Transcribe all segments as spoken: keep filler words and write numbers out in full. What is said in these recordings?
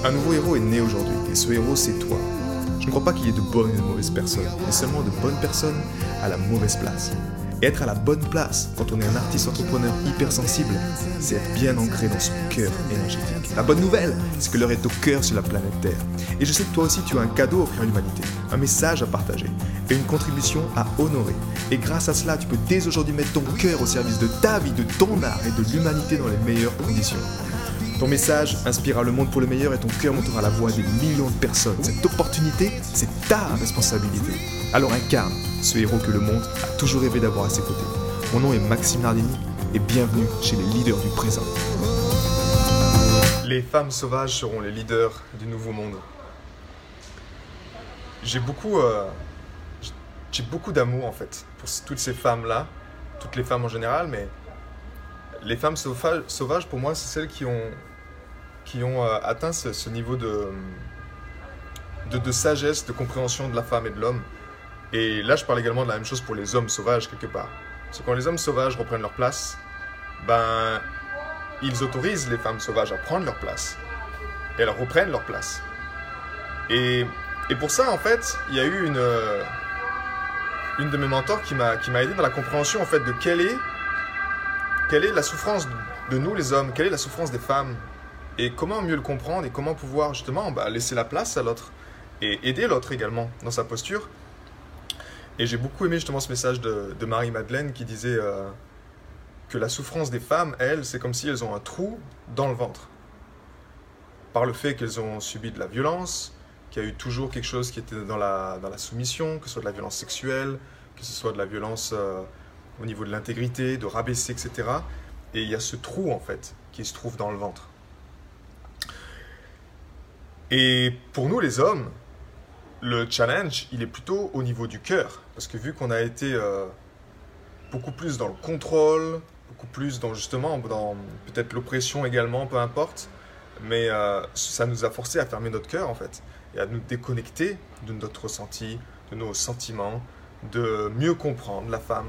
Un nouveau héros est né aujourd'hui, et ce héros c'est toi. Je ne crois pas qu'il y ait de bonnes et de mauvaises personnes, mais seulement de bonnes personnes à la mauvaise place. Et être à la bonne place, quand on est un artiste entrepreneur hypersensible, c'est être bien ancré dans son cœur énergétique. La bonne nouvelle, c'est que l'heure est au cœur sur la planète Terre. Et je sais que toi aussi tu as un cadeau à offrir à l'humanité, un message à partager, et une contribution à honorer. Et grâce à cela, tu peux dès aujourd'hui mettre ton cœur au service de ta vie, de ton art et de l'humanité dans les meilleures conditions. Ton message inspirera le monde pour le meilleur et ton cœur montera la voix des millions de personnes. Cette opportunité, c'est ta responsabilité. Alors incarne ce héros que le monde a toujours rêvé d'avoir à ses côtés. Mon nom est Maxime Nardini et bienvenue chez les leaders du présent. Les femmes sauvages seront les leaders du nouveau monde. J'ai beaucoup, euh, j'ai beaucoup d'amour en fait pour toutes ces femmes-là, toutes les femmes en général, mais les femmes sauvages, pour moi, c'est celles qui ont, qui ont euh, atteint ce, ce niveau de, de, de sagesse, de compréhension de la femme et de l'homme. Et là, je parle également de la même chose pour les hommes sauvages, quelque part. Parce que quand les hommes sauvages reprennent leur place, ben, ils autorisent les femmes sauvages à prendre leur place. Et elles reprennent leur place. Et, et pour ça, en fait, il y a eu une, euh, une de mes mentors qui m'a, qui m'a aidé dans la compréhension, en fait, de quelle est Quelle est la souffrance de nous les hommes? Quelle est la souffrance des femmes? Et comment mieux le comprendre et comment pouvoir justement bah, laisser la place à l'autre et aider l'autre également dans sa posture. Et j'ai beaucoup aimé justement ce message de, de Marie-Madeleine qui disait euh, que la souffrance des femmes, elles, c'est comme si elles ont un trou dans le ventre. Par le fait qu'elles ont subi de la violence, qu'il y a eu toujours quelque chose qui était dans la, dans la soumission, que ce soit de la violence sexuelle, que ce soit de la violence... Euh, au niveau de l'intégrité, de rabaisser, et cetera. Et il y a ce trou, en fait, qui se trouve dans le ventre. Et pour nous, les hommes, le challenge, il est plutôt au niveau du cœur. Parce que vu qu'on a été euh, beaucoup plus dans le contrôle, beaucoup plus dans, justement, dans peut-être l'oppression également, peu importe, mais euh, ça nous a forcé à fermer notre cœur, en fait, et à nous déconnecter de notre ressenti, de nos sentiments, de mieux comprendre la femme,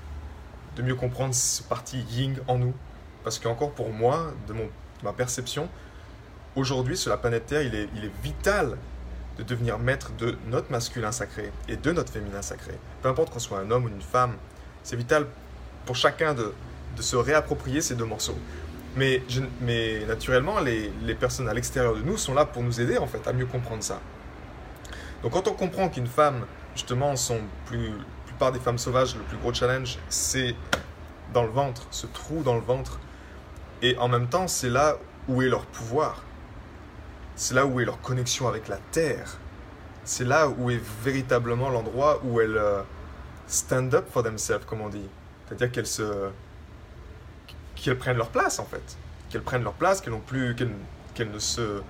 de mieux comprendre ce parti yin en nous. Parce qu'encore pour moi, de, mon, de ma perception, aujourd'hui sur la planète Terre, il est, il est vital de devenir maître de notre masculin sacré et de notre féminin sacré. Peu importe qu'on soit un homme ou une femme, c'est vital pour chacun de, de se réapproprier ces deux morceaux. Mais, je, mais naturellement, les, les personnes à l'extérieur de nous sont là pour nous aider en fait à mieux comprendre ça. Donc quand on comprend qu'une femme, justement, son plus... Par des femmes sauvages, le plus gros challenge, c'est dans le ventre, ce trou dans le ventre. Et en même temps, c'est là où est leur pouvoir. C'est là où est leur connexion avec la terre. C'est là où est véritablement l'endroit où elles uh, stand up for themselves, comme on dit. C'est-à-dire qu'elles se, qu'elles prennent leur place, en fait. Qu'elles prennent leur place, qu'elles n'ont plus, qu'elles, qu'elles ne se,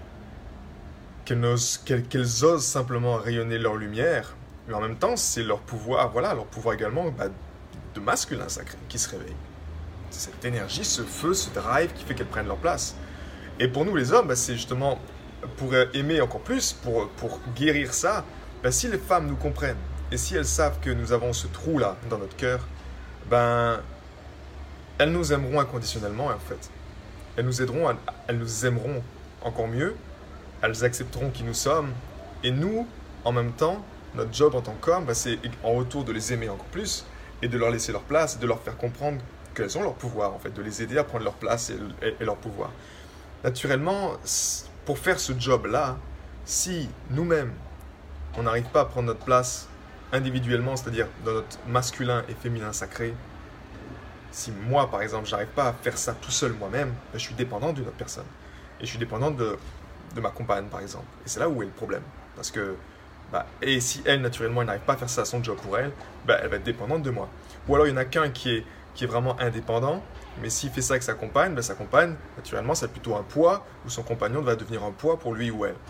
qu'elles, n'osent, qu'elles, qu'elles osent simplement rayonner leur lumière. Mais en même temps, c'est leur pouvoir, voilà, leur pouvoir également bah, de masculin sacré qui se réveille. C'est cette énergie, ce feu, ce drive qui fait qu'elles prennent leur place. Et pour nous les hommes, bah, c'est justement pour aimer encore plus, pour, pour guérir ça, bah, si les femmes nous comprennent et si elles savent que nous avons ce trou-là dans notre cœur, ben, elles nous aimeront inconditionnellement en fait. Elles nous aideront, à, elles nous aimeront encore mieux, elles accepteront qui nous sommes et nous, en même temps, notre job en tant qu'homme, bah, c'est en retour de les aimer encore plus et de leur laisser leur place, et de leur faire comprendre qu'elles ont leur pouvoir, en fait, de les aider à prendre leur place et, et, et leur pouvoir. Naturellement, pour faire ce job-là, si nous-mêmes, on n'arrive pas à prendre notre place individuellement, c'est-à-dire dans notre masculin et féminin sacré, si moi, par exemple, j'arrive pas à faire ça tout seul moi-même, bah, je suis dépendant d'une autre personne. Et je suis dépendant de, de ma compagne, par exemple. Et c'est là où est le problème. Parce que Bah, et si elle, naturellement, elle n'arrive pas à faire ça à son job pour elle, bah, elle va être dépendante de moi. Ou alors, il y en a qu'un qui est, qui est vraiment indépendant, mais s'il fait ça avec sa compagne, bah, sa compagne, naturellement, c'est plutôt un poids, ou son compagnon va devenir un poids pour lui ou elle.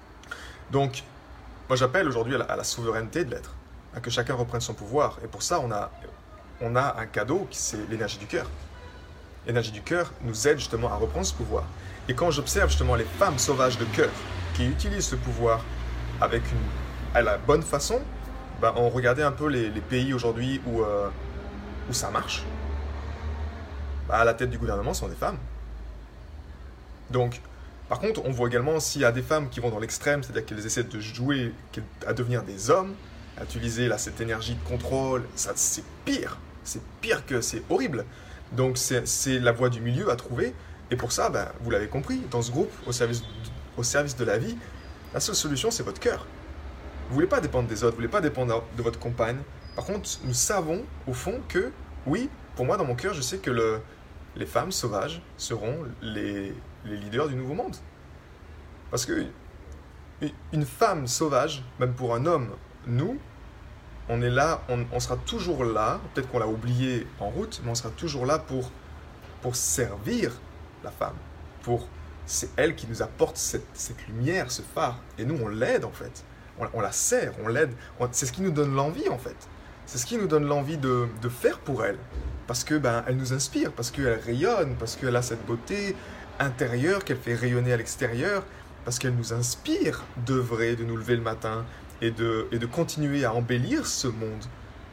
Donc, moi, j'appelle aujourd'hui à la, à la souveraineté de l'être, à que chacun reprenne son pouvoir. Et pour ça, on a, on a un cadeau, c'est l'énergie du cœur. L'énergie du cœur nous aide justement à reprendre ce pouvoir. Et quand j'observe justement les femmes sauvages de cœur qui utilisent ce pouvoir avec une à la bonne façon, ben on regardait un peu les, les pays aujourd'hui où, euh, où ça marche. Ben à la tête du gouvernement sont des femmes. Donc, Par contre, on voit également s'il y a des femmes qui vont dans l'extrême, c'est-à-dire qu'elles essaient de jouer à devenir des hommes, à utiliser là, cette énergie de contrôle, ça c'est pire, c'est pire que c'est horrible. Donc c'est, c'est la voie du milieu à trouver, et pour ça, ben, vous l'avez compris, dans ce groupe, au service, au service de la vie, la seule solution c'est votre cœur. Vous ne voulez pas dépendre des autres, vous ne voulez pas dépendre de votre compagne. Par contre, nous savons au fond que, oui, pour moi dans mon cœur, je sais que le, les femmes sauvages seront les, les leaders du nouveau monde. Parce que une femme sauvage, même pour un homme, nous, on est là, on, on sera toujours là, peut-être qu'on l'a oublié en route, mais on sera toujours là pour, pour servir la femme. Pour, c'est elle qui nous apporte cette, cette lumière, ce phare. Et nous, on l'aide en fait. On, on la sert, on l'aide. On, c'est ce qui nous donne l'envie en fait. C'est ce qui nous donne l'envie de, de faire pour elle. Parce que ben, elle nous inspire, parce qu'elle rayonne, parce qu'elle a cette beauté intérieure qu'elle fait rayonner à l'extérieur, parce qu'elle nous inspire d'œuvrer, de nous lever le matin et de, et de continuer à embellir ce monde.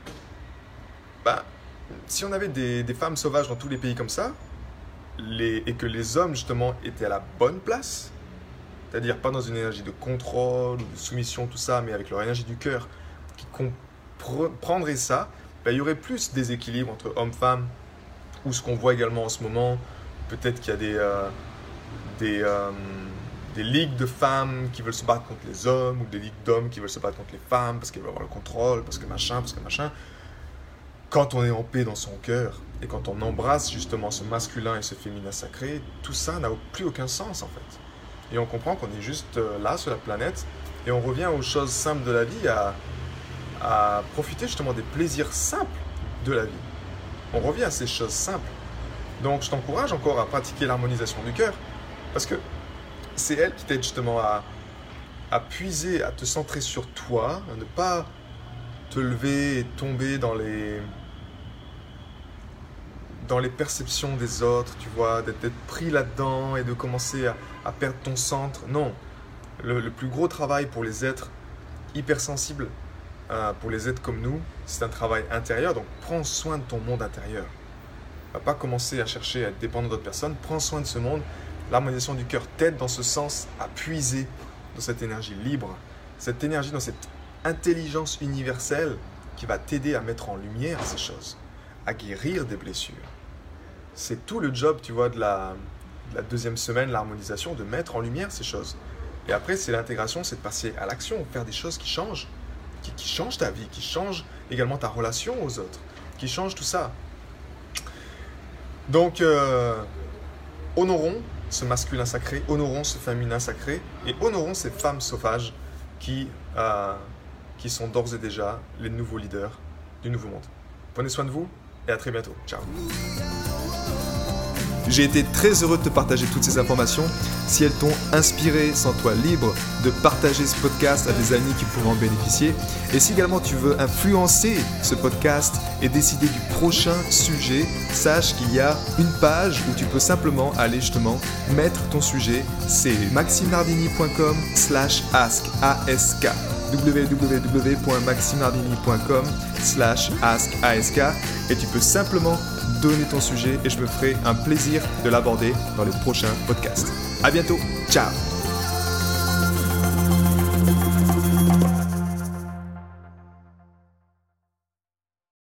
Ben, si on avait des, des femmes sauvages dans tous les pays comme ça, les, et que les hommes justement étaient à la bonne place, c'est-à-dire pas dans une énergie de contrôle ou de soumission, tout ça, mais avec leur énergie du cœur, qui comprendraient ça, ben, il y aurait plus déséquilibre entre hommes-femmes, ou ce qu'on voit également en ce moment, peut-être qu'il y a des, euh, des, euh, des ligues de femmes qui veulent se battre contre les hommes, ou des ligues d'hommes qui veulent se battre contre les femmes, parce qu'elles veulent avoir le contrôle, parce que machin, parce que machin. Quand on est en paix dans son cœur, et quand on embrasse justement ce masculin et ce féminin sacré, tout ça n'a plus aucun sens en fait. Et on comprend qu'on est juste là sur la planète, et on revient aux choses simples de la vie, à, à profiter justement des plaisirs simples de la vie. On revient à ces choses simples. Donc je t'encourage encore à pratiquer l'harmonisation du cœur, parce que c'est elle qui t'aide justement à, à puiser, à te centrer sur toi, à ne pas te lever et tomber dans les, dans les perceptions des autres, tu vois, d'être, d'être pris là-dedans et de commencer à, à perdre ton centre. Non, le, le plus gros travail pour les êtres hypersensibles, euh, pour les êtres comme nous, c'est un travail intérieur. Donc prends soin de ton monde intérieur. Va pas commencer à chercher à être dépendant d'autres personnes. Prends soin de ce monde. L'harmonisation du cœur t'aide dans ce sens à puiser dans cette énergie libre, cette énergie, dans cette intelligence universelle qui va t'aider à mettre en lumière ces choses, à guérir des blessures. C'est tout le job, tu vois, de la, de la deuxième semaine, l'harmonisation, de mettre en lumière ces choses. Et après, c'est l'intégration, c'est de passer à l'action, faire des choses qui changent, qui, qui changent ta vie, qui changent également ta relation aux autres, qui changent tout ça. Donc, euh, honorons ce masculin sacré, honorons ce féminin sacré et honorons ces femmes sauvages qui, euh, qui sont d'ores et déjà les nouveaux leaders du nouveau monde. Prenez soin de vous et à très bientôt. Ciao. J'ai été très heureux de te partager toutes ces informations. Si elles t'ont inspiré, sens-toi libre de partager ce podcast à des amis qui pourraient en bénéficier. Et si également tu veux influencer ce podcast et décider du prochain sujet, sache qu'il y a une page où tu peux simplement aller justement mettre ton sujet. C'est maximenardini.com slash ask, A-S-K. w w w point maximenardini point com slash ask, A-S-K. Et tu peux simplement donner ton sujet et je me ferai un plaisir de l'aborder dans les prochains podcasts. À bientôt, ciao.